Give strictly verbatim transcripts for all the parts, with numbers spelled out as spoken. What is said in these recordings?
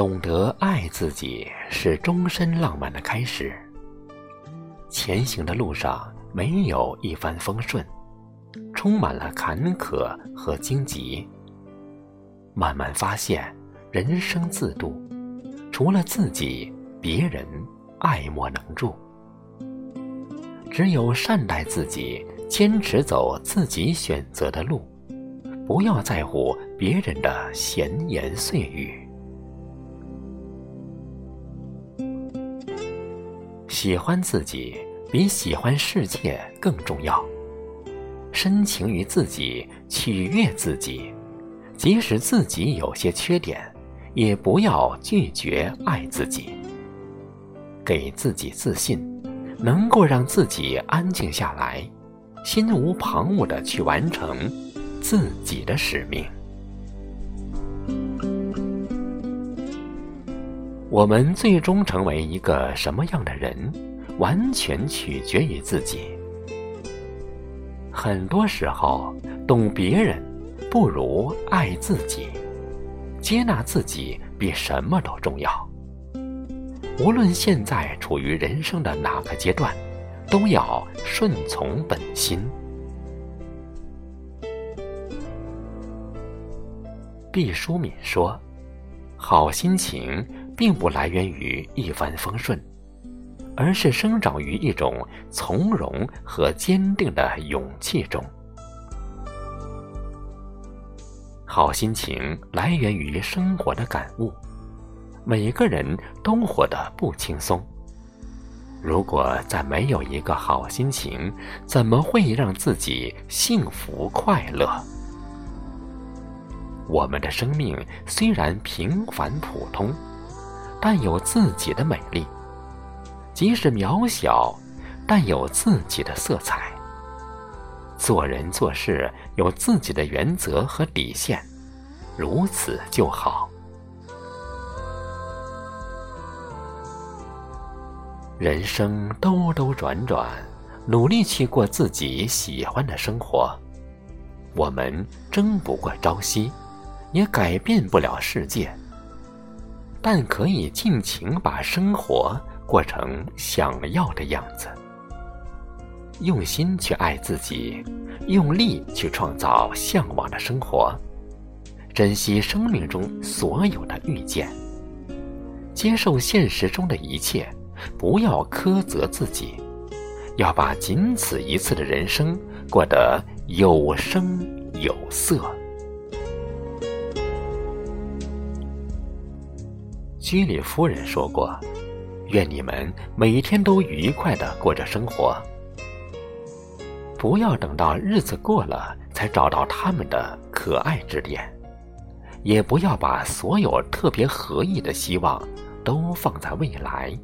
懂得爱自己是终身浪漫的开始。前行的路上没有一帆风顺，充满了坎坷和荆棘。慢慢发现，人生自度，除了自己，别人爱莫能助。只有善待自己，坚持走自己选择的路，不要在乎别人的闲言碎语。喜欢自己比喜欢世界更重要，深情于自己，取悦自己，即使自己有些缺点，也不要拒绝爱自己。给自己自信，能够让自己安静下来，心无旁骛地去完成自己的使命。我们最终成为一个什么样的人，完全取决于自己。很多时候，懂别人不如爱自己，接纳自己比什么都重要。无论现在处于人生的哪个阶段，都要顺从本心。毕淑敏说，好心情并不来源于一帆风顺，而是生长于一种从容和坚定的勇气中。好心情来源于生活的感悟，每个人都活得不轻松。如果再没有一个好心情，怎么会让自己幸福快乐？我们的生命虽然平凡普通，但有自己的美丽，即使渺小，但有自己的色彩。做人做事有自己的原则和底线，如此就好。人生兜兜转转，努力去过自己喜欢的生活。我们争不过朝夕，也改变不了世界，但可以尽情把生活过成想要的样子。用心去爱自己，用力去创造向往的生活，珍惜生命中所有的遇见，接受现实中的一切，不要苛责自己，要把仅此一次的人生过得有声有色。居里夫人说过，愿你们每天都愉快地过着生活，不要等到日子过了才找到他们的可爱之点，也不要把所有特别合意的希望都放在未来。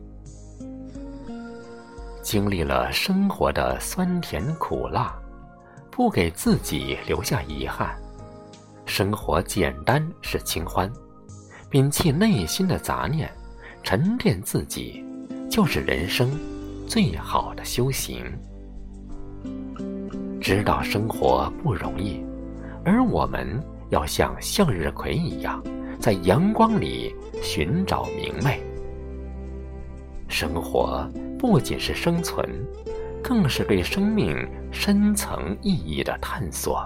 经历了生活的酸甜苦辣，不给自己留下遗憾，生活简单是清欢，摒弃内心的杂念，沉淀自己，就是人生最好的修行。知道生活不容易，而我们要像向日葵一样，在阳光里寻找明媚。生活不仅是生存，更是对生命深层意义的探索。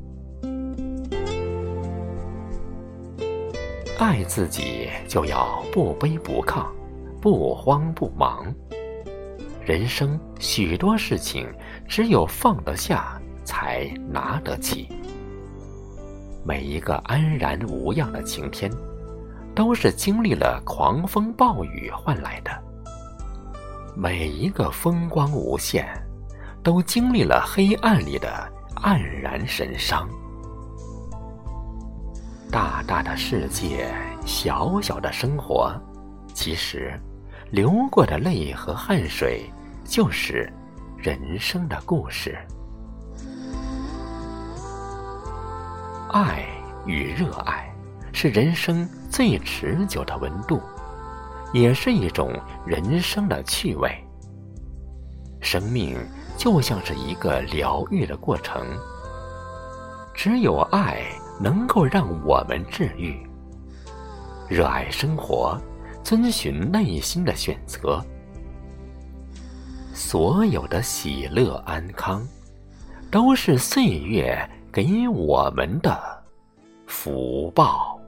爱自己就要不卑不亢，不慌不忙。人生许多事情，只有放得下，才拿得起。每一个安然无恙的晴天，都是经历了狂风暴雨换来的。每一个风光无限，都经历了黑暗里的黯然神伤。大大的世界，小小的生活，其实流过的泪和汗水，就是人生的故事。爱与热爱，是人生最持久的温度，也是一种人生的趣味。生命就像是一个疗愈的过程，只有爱能够让我们治愈。 热爱生活，遵循内心的选择。所有的喜乐安康，都是岁月给我们的福报。